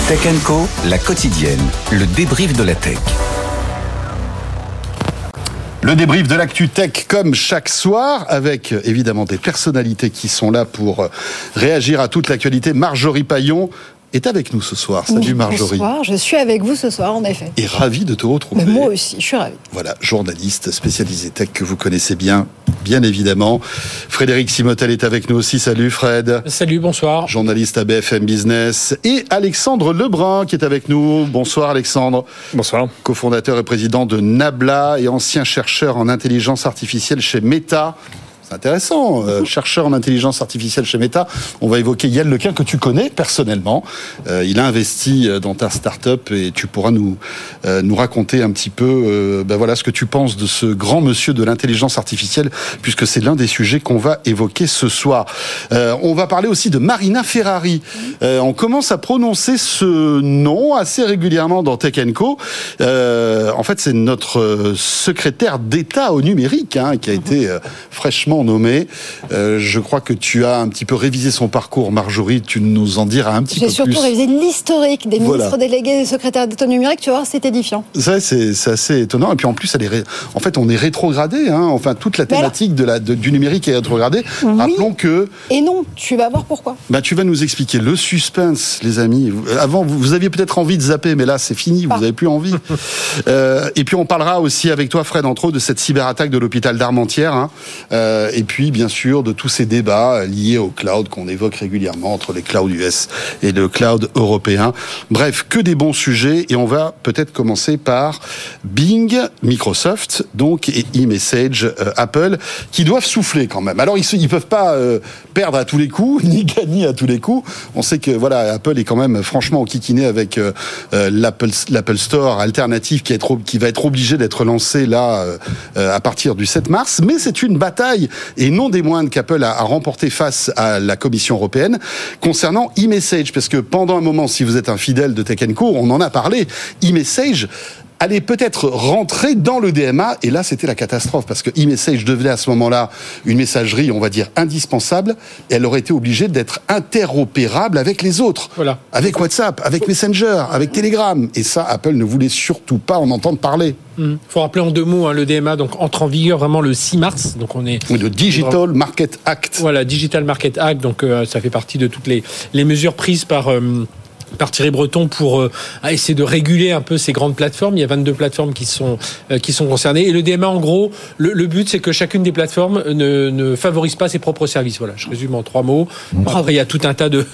Tech & Co, la quotidienne, le débrief de la tech. Le débrief de l'actu tech comme chaque soir avec évidemment des personnalités qui sont là pour réagir à toute l'actualité. Marjorie Paillon est avec nous ce soir. Salut Marjorie. Bonsoir, je suis avec vous ce soir en effet. Et ravi de te retrouver. Mais moi aussi, je suis ravi. Voilà, journaliste spécialisé tech que vous connaissez bien évidemment. Frédéric Simotel est avec nous aussi. Salut Fred. Salut, bonsoir. Journaliste à BFM Business. Et Alexandre Lebrun qui est avec nous. Bonsoir Alexandre. Bonsoir. Cofondateur et président de Nabla et ancien chercheur en intelligence artificielle chez Meta. C'est intéressant, chercheur en intelligence artificielle chez Meta. On va évoquer Yael Lequin que tu connais personnellement. Il a investi dans ta start-up et tu pourras nous raconter un petit peu voilà, ce que tu penses de ce grand monsieur de l'intelligence artificielle, puisque c'est l'un des sujets qu'on va évoquer ce soir. On va parler aussi de Marina Ferrari. On commence à prononcer ce nom assez régulièrement dans Tech & Co. En fait, c'est notre secrétaire d'État au numérique qui a été fraîchement nommé. Je crois que tu as un petit peu révisé son parcours, Marjorie. Tu nous en diras un petit peu plus. J'ai surtout révisé l'historique des ministres délégués et des secrétaires d'État numérique. Tu vas voir, c'est édifiant. Ça, c'est assez étonnant. Et puis en plus, en fait, on est rétrogradé. Enfin, toute la thématique du numérique est rétrogradée. Oui. Rappelons que... Et non, tu vas voir pourquoi. Tu vas nous expliquer le suspense, les amis. Avant, vous aviez peut-être envie de zapper, mais là, c'est fini. Vous n'avez plus envie. Et puis, on parlera aussi avec toi, Fred, entre autres, de cette cyberattaque de l'hôpital d'Armentières. Et puis, bien sûr, de tous ces débats liés au cloud qu'on évoque régulièrement entre les clouds US et le cloud européen. Bref, que des bons sujets. Et on va peut-être commencer par Bing, Microsoft, donc, et eMessage, Apple, qui doivent souffler quand même. Alors, ils peuvent pas perdre à tous les coups, ni gagner à tous les coups. On sait que, voilà, Apple est quand même franchement enquiquiné avec l'Apple Store alternatif qui va être obligé d'être lancé là à partir du 7 mars. Mais c'est une bataille, et non des moindres, qu'Apple a remporté face à la Commission européenne concernant eMessage, parce que pendant un moment, si vous êtes un fidèle de Tech & Co, on en a parlé, eMessage allait peut-être rentrer dans le DMA, et là c'était la catastrophe, parce que eMessage devenait à ce moment-là une messagerie, on va dire, indispensable, et elle aurait été obligée d'être interopérable avec les autres, avec WhatsApp, avec Messenger, avec Telegram, et ça Apple ne voulait surtout pas en entendre parler. Il faut rappeler en deux mots, le DMA donc entre en vigueur vraiment le 6 mars, donc on est... Oui, le Digital Market Act. Voilà, Digital Market Act, donc ça fait partie de toutes les mesures prises par Thierry Breton pour essayer de réguler un peu ces grandes plateformes. Il y a 22 plateformes qui sont concernées. Et le DMA, en gros, le but, c'est que chacune des plateformes ne favorise pas ses propres services. Voilà, je résume en 3 mots. Après, il y a tout un tas de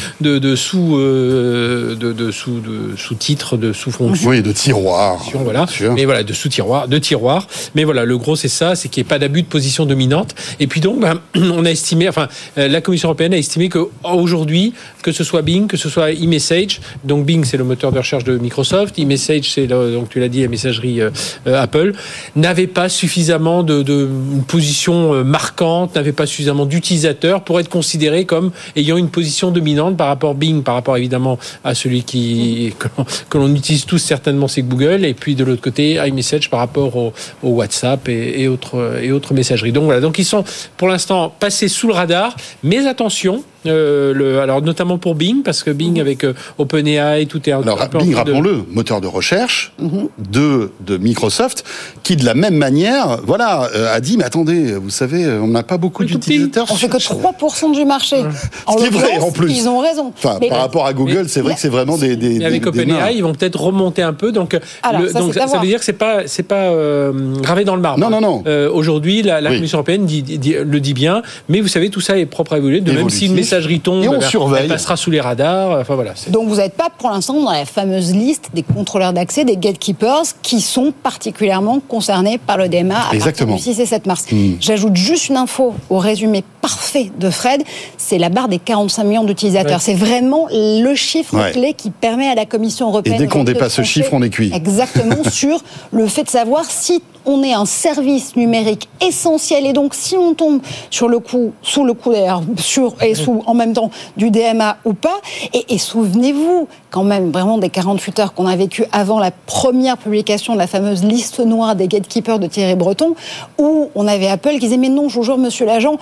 sous-titres, de sous-fonctions. Oui, de tiroirs. Voilà. Mais voilà, de tiroirs. Mais voilà, le gros, c'est ça, c'est qu'il n'y ait pas d'abus de position dominante. Et puis donc, on a estimé, la Commission européenne a estimé qu'aujourd'hui, que ce soit Bing, que ce soit eMessage, donc Bing c'est le moteur de recherche de Microsoft, eMessage c'est donc tu l'as dit la messagerie Apple, n'avait pas suffisamment de une position marquante, n'avait pas suffisamment d'utilisateurs pour être considéré comme ayant une position dominante par rapport à Bing, par rapport évidemment à celui que l'on utilise tous certainement, c'est Google, et puis de l'autre côté iMessage par rapport au WhatsApp et autres messageries. Donc voilà, donc ils sont pour l'instant passés sous le radar, mais attention. Alors notamment pour Bing, parce que Bing avec OpenAI, tout est un peu Bing, rappelons-le, moteur de recherche de Microsoft, qui de la même manière, a dit, mais attendez, vous savez, on n'a pas beaucoup d'utilisateurs. On fait que 3% du marché. Ce qui est vrai en plus. Ils ont raison. Par rapport à Google, c'est vrai que c'est vraiment des. Mais avec OpenAI, ils vont peut-être remonter un peu. Donc, ça veut dire que c'est pas gravé dans le marbre. Non. Aujourd'hui, la Commission européenne le dit bien, mais vous savez, tout ça est propre à évoluer. De même si une messagerie tombe, et on surveille. Elle passera sous les radars. Enfin voilà. Donc vous n'êtes pas pour l'instant dans la fameuse liste des contrôleurs d'accès, des gatekeepers, qui sont particulièrement concernés par le DMA à partir du 6 et 7 mars. J'ajoute juste une info au résumé parfait de Fred, c'est la barre des 45 millions d'utilisateurs. Ouais. C'est vraiment le chiffre clé qui permet à la Commission européenne... Et dès qu'on dépasse ce chiffre, on est cuit. Exactement, sur le fait de savoir si on est un service numérique essentiel, et donc si on tombe sous le coup d'ailleurs, en même temps du DMA ou pas, et souvenez-vous quand même vraiment des 48 heures qu'on a vécues avant la première publication de la fameuse liste noire des gatekeepers de Thierry Breton, où on avait Apple qui disait mais non, je vous jure monsieur l'agent,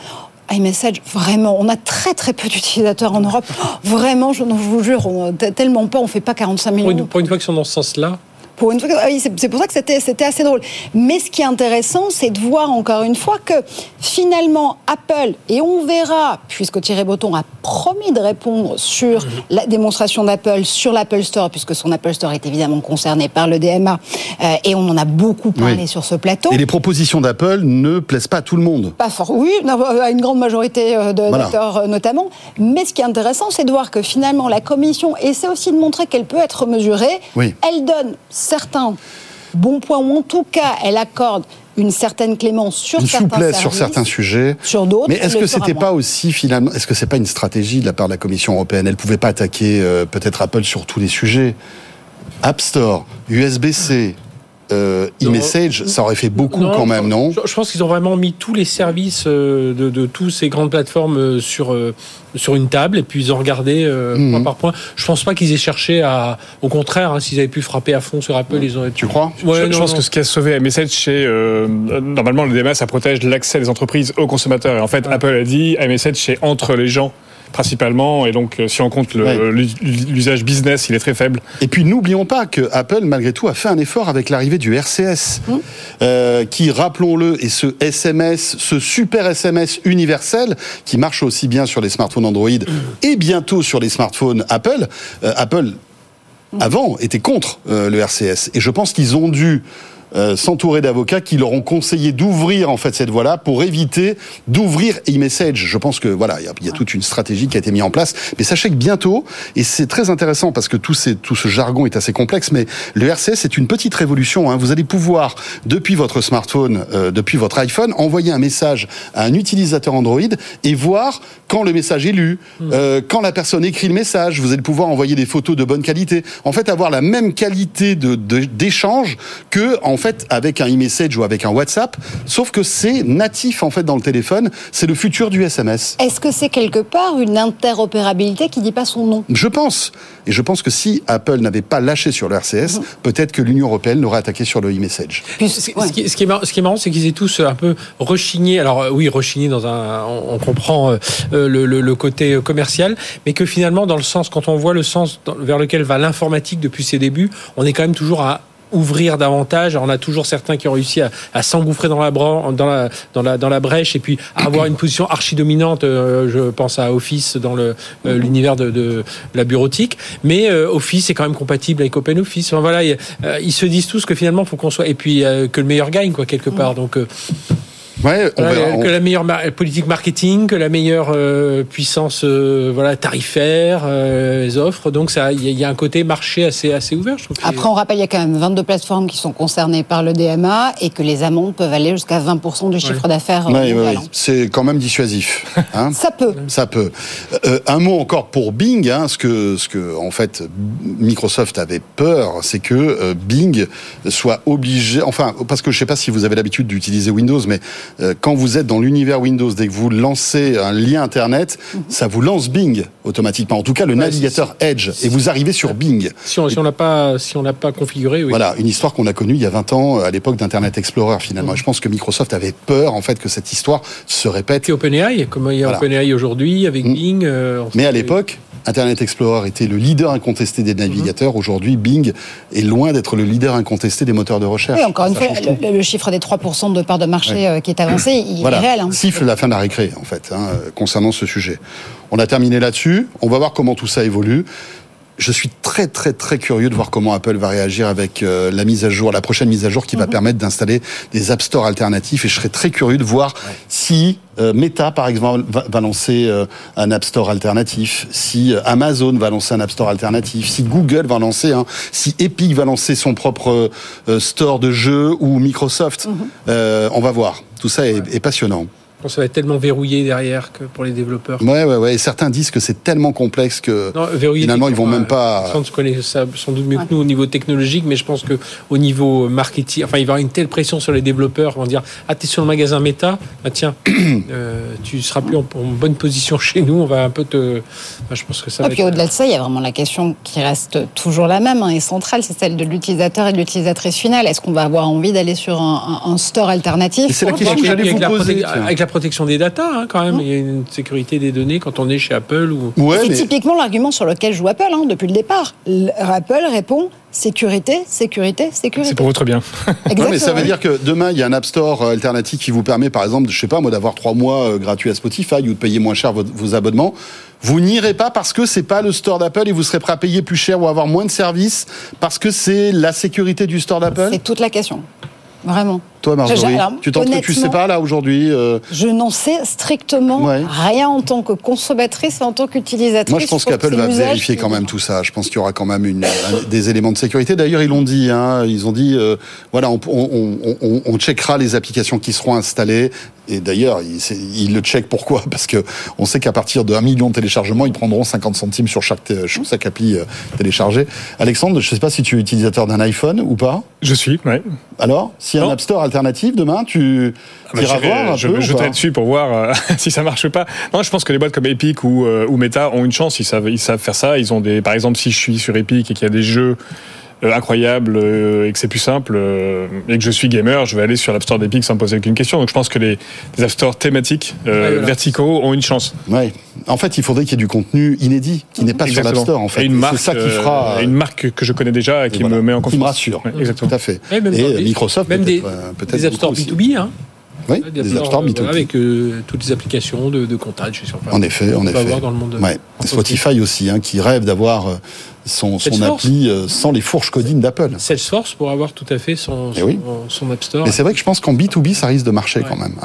iMessage, vraiment, on a très très peu d'utilisateurs en Europe. Vraiment, je vous jure, tellement pas, on fait pas 45 millions. Pour une fois qu'ils sont dans ce sens-là. Pour une fois, oui, c'est pour ça que c'était assez drôle. Mais ce qui est intéressant, c'est de voir encore une fois que finalement Apple, et on verra, puisque Thierry Breton a promis de répondre sur la démonstration d'Apple sur l'Apple Store, puisque son Apple Store est évidemment concerné par le DMA, et on en a beaucoup parlé sur ce plateau. Et les propositions d'Apple ne plaisent pas à tout le monde. Pas fort, oui, à une grande majorité d'acteurs notamment. Mais ce qui est intéressant, c'est de voir que finalement la Commission essaie aussi de montrer qu'elle peut être mesurée. Oui. Elle donne certains bons points, ou en tout cas, elle accorde une certaine clémence sur certains services. Une souplesse sur certains sujets. Sur d'autres. Mais est-ce que c'était pas aussi, finalement, est-ce que c'est pas une stratégie de la part de la Commission européenne ? Elle pouvait pas attaquer peut-être Apple sur tous les sujets. App Store, USB-C, e-message, ça aurait fait beaucoup quand même, non ? Je pense qu'ils ont vraiment mis tous les services de toutes ces grandes plateformes sur une table, et puis ils ont regardé point par point. Je pense pas qu'ils aient cherché à... Au contraire, s'ils avaient pu frapper à fond sur Apple, ils auraient... Tu crois ? Je pense que ce qui a sauvé iMessage, c'est... normalement, le DMA, ça protège l'accès des entreprises aux consommateurs. Et en fait, Apple a dit, iMessage, c'est entre les gens, principalement, et donc si on compte l'usage business, il est très faible. Et puis n'oublions pas que Apple, malgré tout, a fait un effort avec l'arrivée du RCS, qui, rappelons-le, est ce SMS, ce super SMS universel, qui marche aussi bien sur les smartphones Android et bientôt sur les smartphones Apple. Apple, avant, était contre le RCS. Et je pense qu'ils ont dû s'entourer d'avocats qui leur ont conseillé d'ouvrir en fait cette voie-là pour éviter d'ouvrir e-message. Je pense que voilà, il y a toute une stratégie qui a été mise en place. Mais sachez que bientôt, et c'est très intéressant parce que tout ce jargon est assez complexe, mais le RCS est une petite révolution. Hein. Vous allez pouvoir, depuis votre smartphone, depuis votre iPhone, envoyer un message à un utilisateur Android et voir quand le message est lu, quand la personne écrit le message. Vous allez pouvoir envoyer des photos de bonne qualité. En fait, avoir la même qualité d'échange que en fait avec un e-message ou avec un WhatsApp, sauf que c'est natif en fait dans le téléphone, c'est le futur du SMS. Est-ce que c'est quelque part une interopérabilité qui dit pas son nom ? Je pense, et je pense que si Apple n'avait pas lâché sur le RCS, peut-être que l'Union européenne l'aurait attaqué sur le e-message. Ce qui est marrant, c'est qu'ils aient tous un peu rechigné. Alors oui, rechigné dans on comprend le côté commercial, mais que finalement dans le sens, quand on voit le sens vers lequel va l'informatique depuis ses débuts, on est quand même toujours à ouvrir davantage. Alors, on a toujours certains qui ont réussi à s'engouffrer dans la brèche et puis à avoir une position archi-dominante. Je pense à Office dans l'univers de la bureautique. Mais Office est quand même compatible avec OpenOffice. Enfin, voilà, ils se disent tous que finalement, il faut qu'on soit... Et puis, que le meilleur gagne, quoi, quelque part. Donc... Ouais, que la meilleure politique marketing, que la meilleure puissance tarifaire, les offres. Donc il y a un côté marché assez ouvert, je trouve. Après, on rappelle, il y a quand même 22 plateformes qui sont concernées par le DMA et que les amendes peuvent aller jusqu'à 20% du chiffre d'affaires. Oui. C'est quand même dissuasif. Hein. Ça peut. Un mot encore pour Bing. Hein, ce que en fait Microsoft avait peur, c'est que Bing soit obligé. Enfin, parce que je ne sais pas si vous avez l'habitude d'utiliser Windows, mais quand vous êtes dans l'univers Windows, dès que vous lancez un lien Internet, ça vous lance Bing automatiquement. En tout cas, le navigateur Edge, et vous arrivez sur Bing. Si on l'a pas configuré, oui. Voilà, une histoire qu'on a connue il y a 20 ans, à l'époque d'Internet Explorer, finalement. Et je pense que Microsoft avait peur, en fait, que cette histoire se répète. Et OpenAI, comme il y a OpenAI aujourd'hui, avec Bing... Mais à l'époque, Internet Explorer était le leader incontesté des navigateurs. Aujourd'hui, Bing est loin d'être le leader incontesté des moteurs de recherche. Oui, encore une fois, le chiffre des 3% de part de marché qui est avancé, il est réel. Siffle la fin de la récré, en fait, concernant ce sujet. On a terminé là-dessus. On va voir comment tout ça évolue. Je suis très très très curieux de voir comment Apple va réagir avec la prochaine mise à jour qui va permettre d'installer des App Store alternatifs, et je serais très curieux de voir si Meta par exemple va lancer un App Store alternatif, si Amazon va lancer un App Store alternatif, si Google va lancer si Epic va lancer son propre store de jeux, ou Microsoft. On va voir. Tout ça est passionnant. Ça va être tellement verrouillé derrière que pour les développeurs. Ouais. Et certains disent que c'est tellement complexe que finalement ils vont même pas. Je connais ça sans doute mieux que nous au niveau technologique, mais je pense que au niveau marketing, il va y avoir une telle pression sur les développeurs, ils vont dire t'es sur le magasin Meta, tiens, tu seras plus en bonne position chez nous, on va un peu te. Je pense que ça. Et puis au-delà de ça, il y a vraiment la question qui reste toujours la même et centrale, c'est celle de l'utilisateur et de l'utilisatrice finale. Est-ce qu'on va avoir envie d'aller sur un store alternatif ? C'est la question que j'allais vous poser. Avec la protection des data, quand même. Il y a une sécurité des données quand on est chez Apple ou. C'est typiquement l'argument sur lequel joue Apple depuis le départ. Apple répond sécurité. C'est pour votre bien. Non, mais ça veut dire que demain, il y a un App Store alternatif qui vous permet, par exemple, je sais pas, moi, d'avoir 3 mois gratuits à Spotify ou de payer moins cher vos abonnements. Vous n'irez pas parce que c'est pas le store d'Apple et vous serez prêt à payer plus cher ou avoir moins de services parce que c'est la sécurité du store d'Apple. C'est toute la question. Vraiment. Toi, Marjorie, tu sais pas là aujourd'hui Je n'en sais strictement rien en tant que consommatrice et en tant qu'utilisatrice. Moi, je pense qu'Apple va vérifier quand même tout ça. Je pense qu'il y aura quand même des éléments de sécurité. D'ailleurs, ils l'ont dit. Ils ont dit, voilà, on checkera les applications qui seront installées. Et d'ailleurs, ils le checkent. Pourquoi ? Parce que on sait qu'à partir de 1 million de téléchargements, ils prendront 50 centimes sur chaque appli téléchargée. Alexandre, je ne sais pas si tu es utilisateur d'un iPhone ou pas. Je suis, ouais. Alors, s'il y a un App Store alternatif demain, tu iras voir un peu. Je me jeterai dessus pour voir si ça marche ou pas. Non, je pense que les boîtes comme Epic ou Meta ont une chance. Ils savent faire ça. Ils ont par exemple, si je suis sur Epic et qu'il y a des jeux incroyable et que c'est plus simple et que je suis gamer, je vais aller sur l'App Store d'Epic sans me poser aucune question. Donc je pense que les App Store thématiques verticaux ont une chance. Ouais. En fait, il faudrait qu'il y ait du contenu inédit qui n'est pas sur l'App Store. En fait, et une marque, c'est ça qui fera une marque que je connais déjà et qui me met en confiance. Qui me rassure. Ouais, exactement. Tout à fait. Et Microsoft même peut-être des App Store B2B. Oui, des App Store B2B. Avec toutes les applications de comptage. En effet. Avoir dans le monde Spotify aussi, qui rêve d'avoir son appli sans les fourches codines d'Apple. Salesforce pour avoir tout à fait son App Store. Mais c'est vrai que je pense qu'en B2B, ça risque de marcher quand même.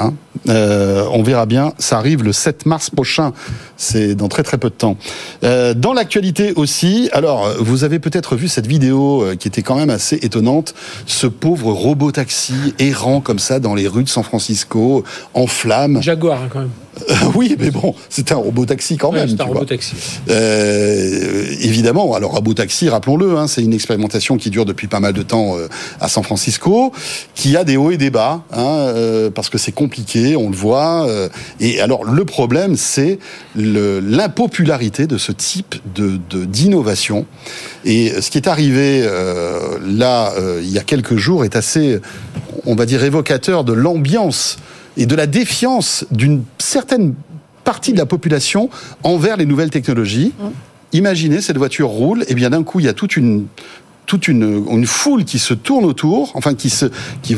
On verra bien. Ça arrive le 7 mars prochain. C'est dans très très peu de temps. Dans l'actualité aussi, alors vous avez peut-être vu cette vidéo qui était quand même assez étonnante. Ce pauvre robot taxi errant comme ça dans les rues de San Francisco, en flammes. Jaguar quand même. Oui, mais bon, c'était un robot taxi quand même. C'était un robot taxi. Évidemment, alors robot taxi, rappelons-le, c'est une expérimentation qui dure depuis pas mal de temps à San Francisco, qui a des hauts et des bas, parce que c'est compliqué, on le voit. Et alors le problème, c'est l'impopularité de ce type d'innovation. Et ce qui est arrivé là, il y a quelques jours, est assez, on va dire, évocateur de l'ambiance et de la défiance d'une certaine partie de la population envers les nouvelles technologies. Imaginez, cette voiture roule, et bien d'un coup, il y a toute une foule qui se tourne autour, enfin qui se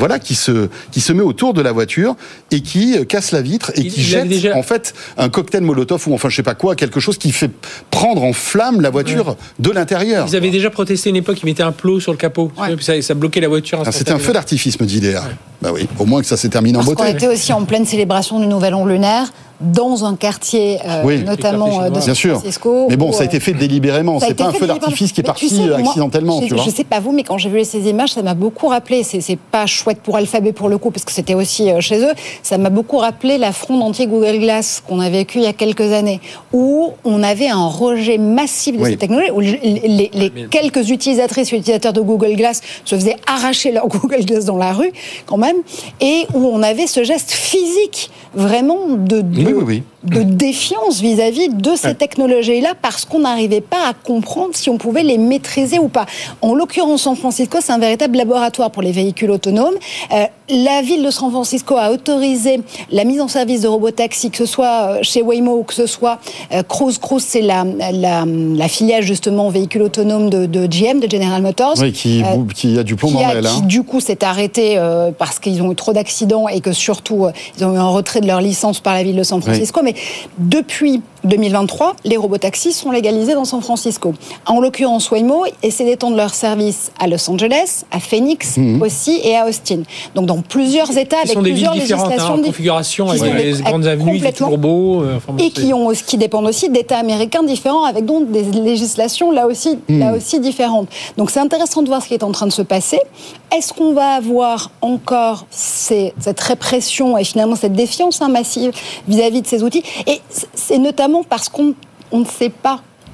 met autour de la voiture et qui casse la vitre et qui jette en fait un cocktail Molotov ou enfin je sais pas quoi, quelque chose qui fait prendre en flamme la voiture de l'intérieur. Ils avaient déjà protesté une époque, ils mettaient un plot sur le capot, ça bloquait la voiture. C'était un feu d'artifice, me dit Léa. Bah oui, au moins que ça s'est terminé en beauté. On était aussi en pleine célébration du Nouvel An lunaire, dans un quartier, notamment de San Francisco. Mais bon, ça a été fait délibérément. C'est pas un feu d'artifice qui est parti accidentellement. Je sais pas vous, mais quand j'ai vu ces images, ça m'a beaucoup rappelé. C'est pas chouette pour Alphabet pour le coup, parce que c'était aussi chez eux. Ça m'a beaucoup rappelé la fronde anti-Google Glass qu'on a vécue il y a quelques années, où on avait un rejet massif de cette technologie, où les quelques utilisatrices et utilisateurs de Google Glass se faisaient arracher leur Google Glass dans la rue, quand même, et où on avait ce geste physique vraiment de défiance vis-à-vis de ces technologies-là, parce qu'on n'arrivait pas à comprendre si on pouvait les maîtriser ou pas. En l'occurrence, San Francisco, c'est un véritable laboratoire pour les véhicules autonomes. La ville de San Francisco a autorisé la mise en service de robotaxis, que ce soit chez Waymo ou que ce soit Cruise. Cruise, c'est la filiale justement véhicule autonome de GM, de General Motors. Oui, qui a du plomb dans l'aile. Qui du coup s'est arrêté parce qu'ils ont eu trop d'accidents et que surtout ils ont eu un retrait de leur licence par la ville de San Francisco. Mais depuis 2023, les robotaxis sont légalisés dans San Francisco. En l'occurrence, Waymo essaie d'étendre leur service à Los Angeles, à Phoenix aussi et à Austin. Donc dans plusieurs États avec plusieurs législations de configuration avec les grandes avenues, les turbo, et qui dépendent aussi d'États américains différents avec donc des législations là aussi différentes. Donc c'est intéressant de voir ce qui est en train de se passer. Est-ce qu'on va avoir encore cette répression et finalement cette défiance massive vis-à-vis de ces outils ? Et c'est notamment parce qu'on ne sait pas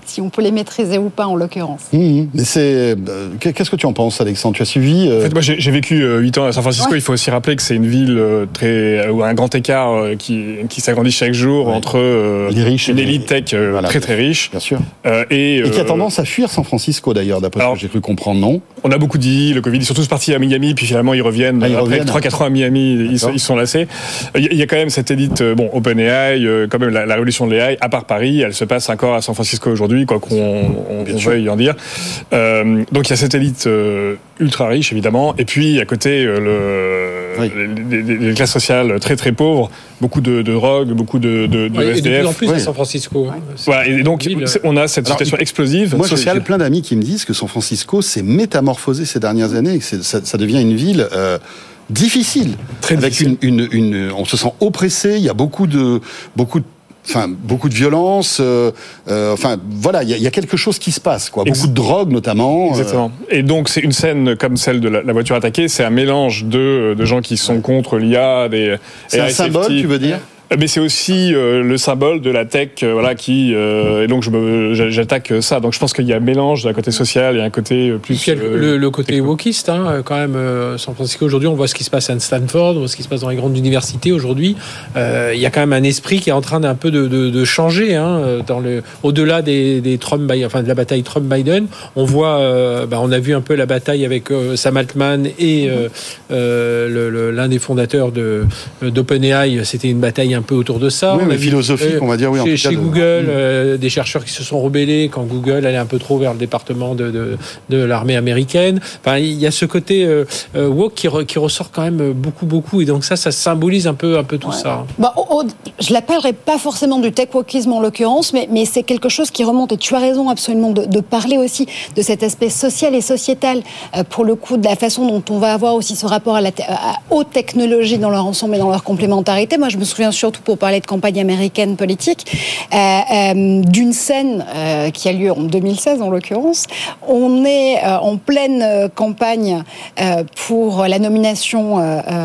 si on peut les maîtriser ou pas en l'occurrence. Mais qu'est-ce que tu en penses, Alexandre? Tu as suivi En fait, moi, j'ai vécu 8 ans à San Francisco. Il faut aussi rappeler que c'est une ville où un grand écart qui s'agrandit chaque jour entre les riches, une élite tech très très riche. Bien sûr. Et qui a tendance à fuir San Francisco d'ailleurs, d'après ce que j'ai cru comprendre, non? On a beaucoup dit, le Covid, ils sont tous partis à Miami, puis finalement ils reviennent. Après 3-4 ans à Miami, ils sont lassés. Il y a quand même cette élite, OpenAI, quand même la révolution de l'AI, à part Paris, elle se passe encore à San Francisco aujourd'hui, quoi qu'on veuille en dire. Donc il y a cette élite ultra riche, évidemment, et puis à côté, les classes sociales très très pauvres, beaucoup de drogue, beaucoup de SDF. Et de plus en plus à San Francisco. Voilà, et donc on a cette situation explosive sociale. J'ai plein d'amis qui me disent que San Francisco s'est métamorphosé ces dernières années et que ça devient une ville difficile. Très difficile. On se sent oppressé, il y a beaucoup de violence. Voilà, il y a quelque chose qui se passe, quoi. Beaucoup de drogue, notamment. Exactement. Et donc, c'est une scène comme celle de la voiture attaquée. C'est un mélange de gens qui sont contre l'IA, c'est un symbole, tu veux dire? Mais c'est aussi le symbole de la tech, et donc j'attaque ça. Donc je pense qu'il y a un mélange d'un côté social et un côté plus. Le côté wokiste, quand même. San Francisco aujourd'hui, on voit ce qui se passe à Stanford, on voit ce qui se passe dans les grandes universités aujourd'hui. Il y a quand même un esprit qui est en train d'un peu de changer, au-delà des Trump, enfin de la bataille Trump-Biden. On voit, on a vu un peu la bataille avec Sam Altman et l'un des fondateurs d'OpenAI. C'était une bataille un peu autour de ça. Oui, mais philosophique, on va dire, oui. Chez Google, des chercheurs qui se sont rebellés quand Google allait un peu trop vers le département de l'armée américaine. Enfin, il y a ce côté woke qui ressort quand même beaucoup, et donc ça symbolise un peu tout ça. Je l'appellerai pas forcément du tech wokisme en l'occurrence, mais c'est quelque chose qui remonte, et tu as raison absolument de parler aussi de cet aspect social et sociétal, pour le coup, de la façon dont on va avoir aussi ce rapport aux technologies dans leur ensemble et dans leur complémentarité. Moi, je me souviens surtout, pour parler de campagne américaine politique, d'une scène qui a lieu en 2016 en l'occurrence. On est en pleine campagne pour la nomination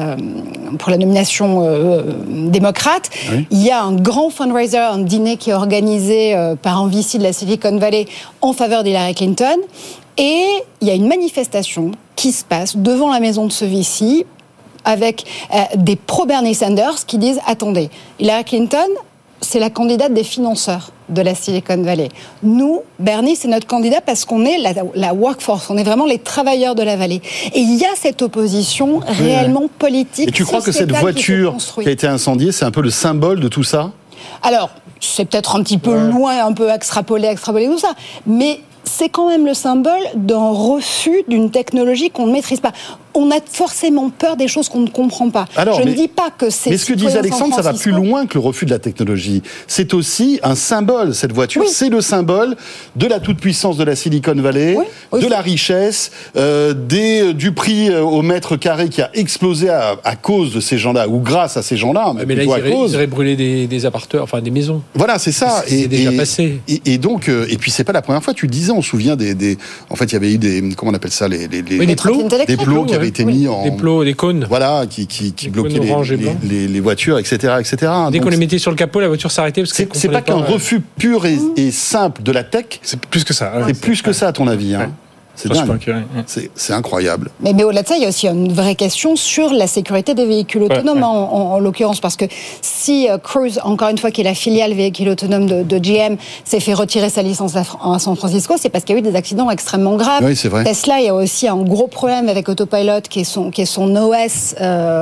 démocrate. Oui. Il y a un grand fundraiser, un dîner qui est organisé par un VC de la Silicon Valley en faveur d'Hillary Clinton, et il y a une manifestation qui se passe devant la maison de ce VC avec des pro-Bernie Sanders qui disent « Attendez, Hillary Clinton, c'est la candidate des financeurs de la Silicon Valley. Nous, Bernie, c'est notre candidat parce qu'on est la workforce, on est vraiment les travailleurs de la vallée. » Et il y a cette opposition réellement politique. Et tu crois que cette voiture qui a été incendiée, c'est un peu le symbole de tout ça? Alors, c'est peut-être un petit peu loin, un peu extrapolé tout ça, mais c'est quand même le symbole d'un refus d'une technologie qu'on ne maîtrise pas. On a forcément peur des choses qu'on ne comprend pas. Je ne dis pas que c'est... Mais ce que disait Alexandre, ça va plus loin que le refus de la technologie. C'est aussi un symbole, cette voiture. Oui. C'est le symbole de la toute-puissance de la Silicon Valley, de la richesse, du prix au mètre carré qui a explosé à cause de ces gens-là, ou grâce à ces gens-là. Mais là, ils auraient brûlé des appartements, enfin des maisons. Voilà, c'est ça. C'est déjà passé. Et donc, et puis c'est pas la première fois, tu le disais, on se souvient en fait, il y avait eu des, comment on appelle ça, des plots qui avaient été mis en... Des plots, des cônes. Voilà, qui bloquaient les voitures, etc. Dès qu'on les mettait sur le capot, la voiture s'arrêtait. C'est pas qu'un refus pur et simple de la tech. C'est plus que ça. C'est plus que ça, à ton avis. C'est dingue. C'est incroyable. Mais au-delà de ça, il y a aussi une vraie question sur la sécurité des véhicules autonomes, en l'occurrence, parce que si Cruise, encore une fois, qui est la filiale véhicule autonome de GM, s'est fait retirer sa licence à San Francisco, c'est parce qu'il y a eu des accidents extrêmement graves. Oui, c'est vrai. Tesla, il y a aussi un gros problème avec Autopilot, qui est son OS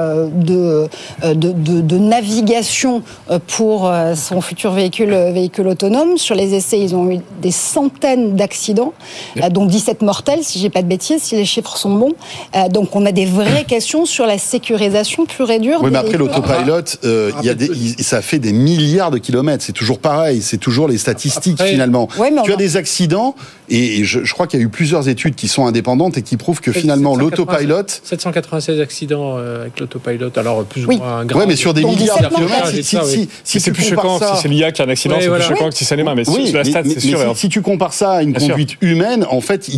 de navigation pour son futur véhicule autonome. Sur les essais, ils ont eu des centaines d'accidents, dont 17 morts. Si j'ai pas de bêtises, si les chiffres sont bons. Donc on a des vraies questions sur la sécurisation pure et dure. Oui, mais après l'autopilot, ça fait des milliards de kilomètres. C'est toujours pareil, c'est toujours les statistiques finalement. Tu as des accidents, et je crois qu'il y a eu plusieurs études qui sont indépendantes et qui prouvent que finalement l'autopilot... 796 accidents avec l'autopilot, alors plus ou moins grave. Oui, mais sur des milliards de kilomètres, si c'est plus choquant, si c'est l'IA qui a un accident, c'est plus choquant que si c'est les mains. Mais la stat, c'est sûr. Si tu compares ça à une conduite humaine, en fait, il y a moins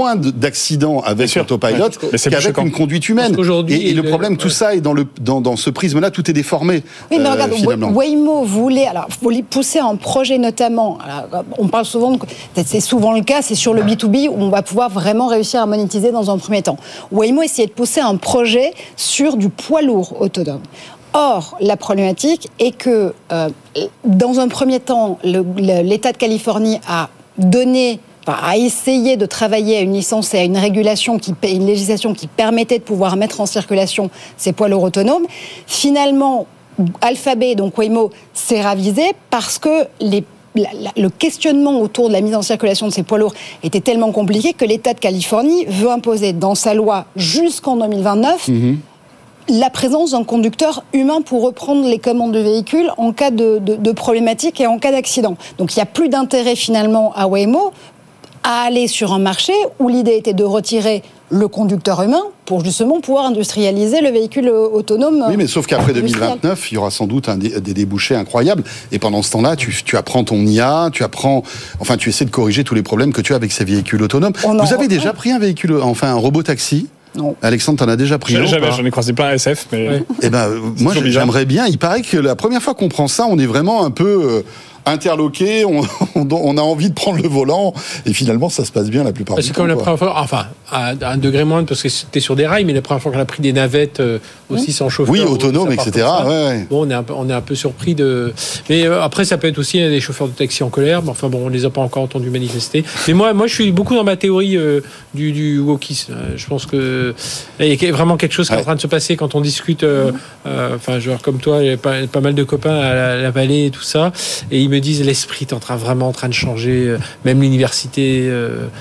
moins d'accidents avec l'autopilot qu'avec une conduite humaine. Et le problème, tout ça est dans ce prisme-là, tout est déformé. Oui, mais regarde, Waymo voulait pousser un projet notamment. Alors, on parle souvent, c'est souvent le cas, c'est sur le B2B où on va pouvoir vraiment réussir à monétiser dans un premier temps. Waymo essayait de pousser un projet sur du poids lourd autonome. Or, la problématique est que, dans un premier temps, l'État de Californie a essayé de travailler à une licence et à une régulation, une législation qui permettait de pouvoir mettre en circulation ces poids lourds autonomes. Finalement, Alphabet, donc Waymo, s'est ravisé parce que le questionnement autour de la mise en circulation de ces poids lourds était tellement compliqué que l'État de Californie veut imposer dans sa loi jusqu'en 2029 la présence d'un conducteur humain pour reprendre les commandes du véhicule en cas de problématique et en cas d'accident. Donc il n'y a plus d'intérêt finalement à Waymo à aller sur un marché où l'idée était de retirer le conducteur humain pour justement pouvoir industrialiser le véhicule autonome. Oui, mais sauf qu'après 2029, il y aura sans doute des débouchés incroyables. Et pendant ce temps-là, tu apprends ton IA, tu essaies de corriger tous les problèmes que tu as avec ces véhicules autonomes. Vous avez déjà pris un robot taxi ? Non. Alexandre, t'en as déjà pris un? Jamais, j'en ai croisé plein à SF, mais... Ouais. Eh ben, moi, j'aimerais bien. Il paraît que la première fois qu'on prend ça, on est vraiment un peu interloqué, on a envie de prendre le volant, et finalement, ça se passe bien la plupart du temps. C'est comme la première fois, enfin, à un degré moindre, parce que c'était sur des rails, mais la première fois qu'on a pris des navettes aussi sans chauffeur. Oui, autonome, etc. Ouais. Bon, on est un peu surpris de... Mais après, ça peut être aussi des chauffeurs de taxi en colère, mais enfin bon, on les a pas encore entendus manifester. Mais moi, je suis beaucoup dans ma théorie du wokisme. Je pense que il y a vraiment quelque chose qui est en train de se passer quand on discute, genre comme toi, il y a pas mal de copains à la vallée et tout ça, et ils me disent l'esprit est vraiment en train de changer, même l'université,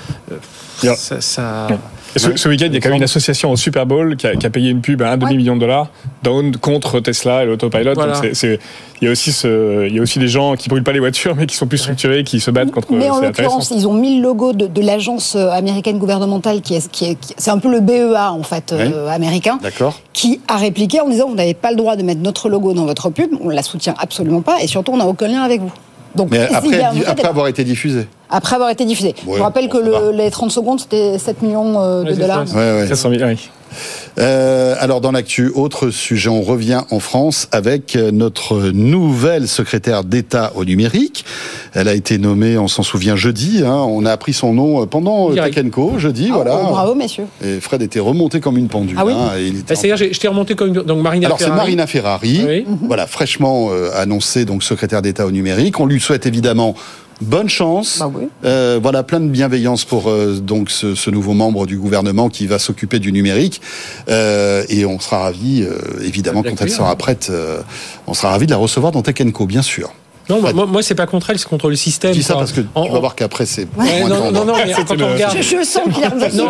ça... Ce week-end, il y a quand même une association au Super Bowl qui a payé une pub à $1,5 million contre Tesla et l'autopilot. Voilà. Donc il y a aussi des gens qui brûlent pas les voitures, mais qui sont plus structurés, qui se battent contre. Mais en l'occurrence, ils ont mis le logo de l'agence américaine gouvernementale c'est un peu le BEA en fait américain, qui a répliqué en disant vous n'avez pas le droit de mettre notre logo dans votre pub, on la soutient absolument pas, et surtout on n'a aucun lien avec vous. Donc, mais après avoir été diffusé. Après avoir été diffusé. Ouais, je rappelle que les 30 secondes, c'était 7 millions de dollars. 400 000, oui. Alors, dans l'actu, autre sujet, on revient en France avec notre nouvelle secrétaire d'État au numérique. Elle a été nommée, on s'en souvient, jeudi. On a appris son nom pendant Tech & Co, jeudi. Voilà. Bravo, messieurs. Et Fred était remonté comme une pendule. Ah oui. C'est-à-dire, je t'ai remonté comme une... Donc, Marina Ferrari. Alors, c'est Marina Ferrari, voilà, fraîchement annoncée, donc secrétaire d'État au numérique. On lui souhaite évidemment bonne chance. Voilà, plein de bienveillance pour donc ce nouveau membre du gouvernement qui va s'occuper du numérique. Et on sera ravis, évidemment, quand elle sera prête, on sera ravis de la recevoir dans Tech & Co, bien sûr. Non, moi c'est pas contre elle, c'est contre le système. Je dis ça parce que tu vas voir qu'après c'est. Non, mais quand on regarde. Je sens qu'il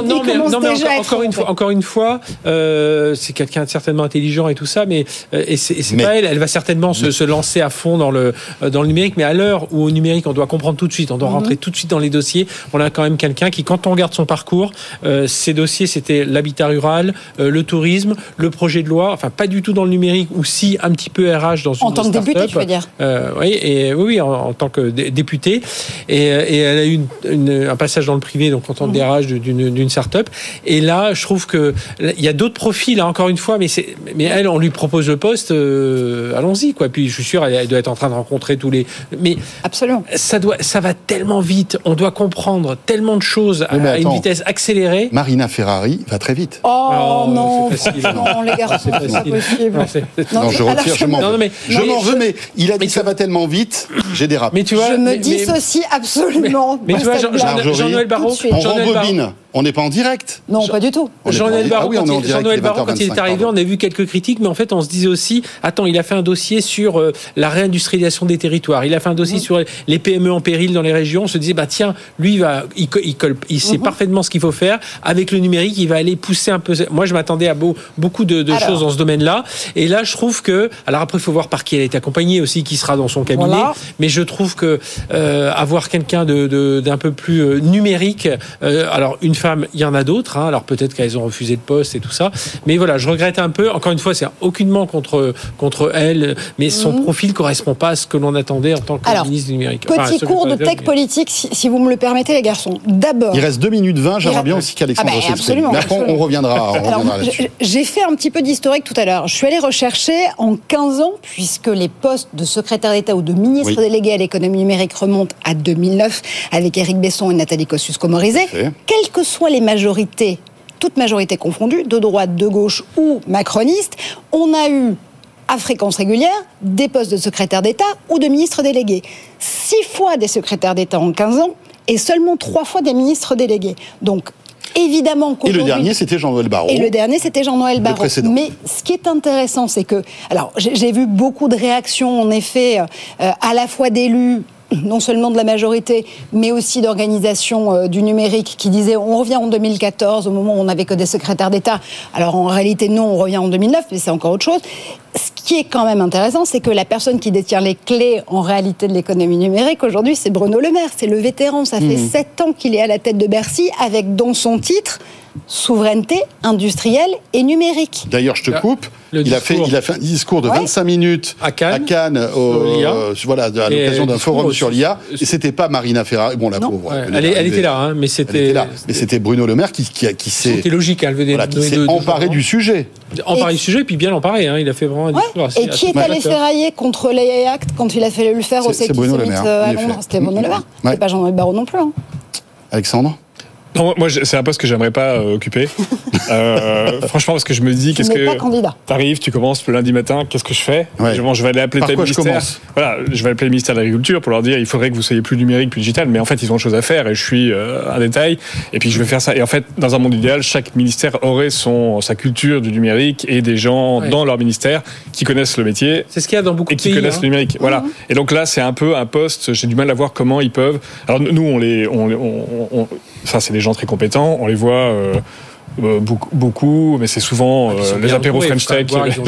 a encore une fois, c'est quelqu'un de certainement intelligent et tout ça, mais c'est pas elle. Elle va certainement se lancer à fond dans le numérique, mais à l'heure où au numérique on doit comprendre tout de suite, on doit rentrer tout de suite dans les dossiers. On a quand même quelqu'un qui, quand on regarde son parcours, ses dossiers c'était l'habitat rural, le tourisme, le projet de loi, enfin pas du tout dans le numérique, ou si un petit peu RH dans une en tant que député, tu veux dire. Oui, en tant que député. Et elle a eu un passage dans le privé, donc en tant que DRH d'une start-up. Et là, je trouve que il y a d'autres profils, encore une fois, mais elle, on lui propose le poste, allons-y, quoi. Puis je suis sûr, elle doit être en train de rencontrer tous les. Mais absolument. Ça va tellement vite. On doit comprendre tellement de choses à une vitesse accélérée. Marina Ferrari va très vite. Oh non, non, les gars, c'est pas possible. Non, je retire, je m'en veux. Mais il a dit ça va tellement vite. J'ai dérapé. Mais tu vois, je me dissocie absolument. Mais tu vois, Jean-Noël Barrot, on rembobine. On n'est pas en direct. Non, pas du tout. Jean-Noël Barrot, quand il est arrivé, on a vu quelques critiques, mais en fait, on se disait aussi, attends, il a fait un dossier sur la réindustrialisation des territoires. Il a fait un dossier sur les PME en péril dans les régions. On se disait, tiens, lui, il sait parfaitement ce qu'il faut faire. Avec le numérique, il va aller pousser un peu. Moi, je m'attendais à beaucoup de choses dans ce domaine-là. Et là, je trouve que, alors après, il faut voir par qui elle est accompagnée aussi, qui sera dans son cabinet. Voilà. Mais je trouve que avoir quelqu'un d'un peu plus numérique, alors une femme, il y en a d'autres. Alors peut-être qu'elles ont refusé de poste et tout ça. Mais voilà, je regrette un peu. Encore une fois, c'est aucunement contre elle, mais son profil correspond pas à ce que l'on attendait en tant que ministre du numérique. Petit cours de tech politique, si vous me le permettez, les garçons. D'abord. Il reste 2 minutes 20. J'aimerais bien aussi qu'Alexandre s'exprime. Mais après, on reviendra là-dessus. J'ai fait un petit peu d'historique tout à l'heure. Je suis allée rechercher en 15 ans, puisque les postes de secrétaire d'État ou de ministre délégué à l'économie numérique remontent à 2009, avec Éric Besson et Nathalie Kosciusko-Morizet. Quelles que soient les majorités, toutes majorités confondues, de droite, de gauche ou macronistes, on a eu à fréquence régulière des postes de secrétaire d'État ou de ministre délégué. 6 fois des secrétaires d'État en 15 ans et seulement 3 fois des ministres délégués. Donc, évidemment qu'aujourd'hui... Et le dernier, c'était Jean-Noël Barrot. Mais ce qui est intéressant, c'est que... Alors, j'ai vu beaucoup de réactions, en effet, à la fois d'élus, non seulement de la majorité, mais aussi d'organisations du numérique qui disaient on revient en 2014, au moment où on n'avait que des secrétaires d'État. Alors en réalité, non, on revient en 2009, mais c'est encore autre chose. Ce qui est quand même intéressant, c'est que la personne qui détient les clés, en réalité, de l'économie numérique, aujourd'hui, c'est Bruno Le Maire. C'est le vétéran. Ça fait 7 ans qu'il est à la tête de Bercy, avec dans son titre souveraineté industrielle et numérique. D'ailleurs, je te coupe. Il a fait un discours de 25 minutes à Cannes à l'occasion d'un forum sur l'IA. Et c'était pas Marina Ferrari. Bon, la pauvre. Elle était là, mais c'était. Mais c'était Bruno Le Maire qui s'est. C'était logique. Qui s'est emparé du sujet. Emparé du sujet, puis bien emparé. Il a fait vraiment un discours assez. Et qui est allé ferrailler contre l'AI Act quand il a fallu le faire au City Summit à Londres? C'était Bruno Le Maire. C'est pas Jean-Noël Barrot non plus. Alexandre? Non, moi, c'est un poste que j'aimerais pas occuper. Franchement, parce que je me dis, t'arrives, tu commences le lundi matin, qu'est-ce que je fais? Je vais aller appeler tel ministère. Voilà, je vais appeler le ministère de l'Agriculture pour leur dire, il faudrait que vous soyez plus numérique, plus digital. Mais en fait, ils ont autre chose à faire et je suis un détail. Et puis, je vais faire ça. Et en fait, dans un monde idéal, chaque ministère aurait sa culture du numérique et des gens dans leur ministère qui connaissent le métier. C'est ce qu'il y a dans beaucoup de pays. Et qui connaissent le numérique. Voilà. Et donc là, c'est un peu un poste, j'ai du mal à voir comment ils peuvent. Alors, nous, c'est des gens très compétents, on les voit beaucoup, mais c'est souvent les apéros French Tech.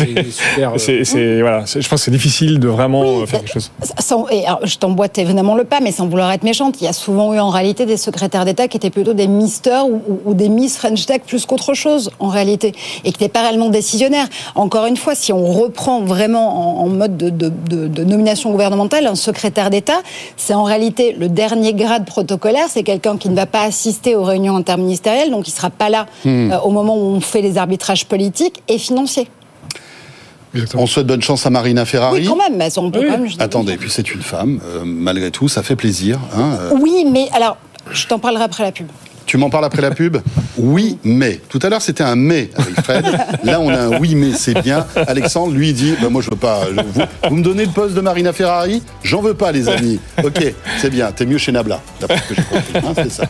Je pense que c'est difficile de vraiment faire quelque chose. Je t'emboîte évidemment le pas, mais sans vouloir être méchante, il y a souvent eu en réalité des secrétaires d'État qui étaient plutôt des misters ou des Miss French Tech plus qu'autre chose en réalité, et qui n'étaient pas réellement décisionnaires. Encore une fois, si on reprend vraiment en mode de nomination gouvernementale, un secrétaire d'État, c'est en réalité le dernier grade protocolaire, c'est quelqu'un qui ne va pas assister aux réunions interministérielles, donc il ne sera pas là au moment où on fait les arbitrages politiques et financiers. On souhaite bonne chance à Marina Ferrari. Oui, quand même, mais on peut quand même... Attendez, puis c'est une femme, malgré tout, ça fait plaisir. Oui, mais alors, je t'en parlerai après la pub. Tu m'en parles après la pub? Oui, mais. Tout à l'heure, c'était un mais avec Fred. Là, on a un oui, mais c'est bien. Alexandre, lui, dit, moi, je veux pas. Vous me donnez le poste de Marina Ferrari? J'en veux pas, les amis. Ok, c'est bien. T'es mieux chez Nabla, d'après ce que j'ai compris. C'est ça.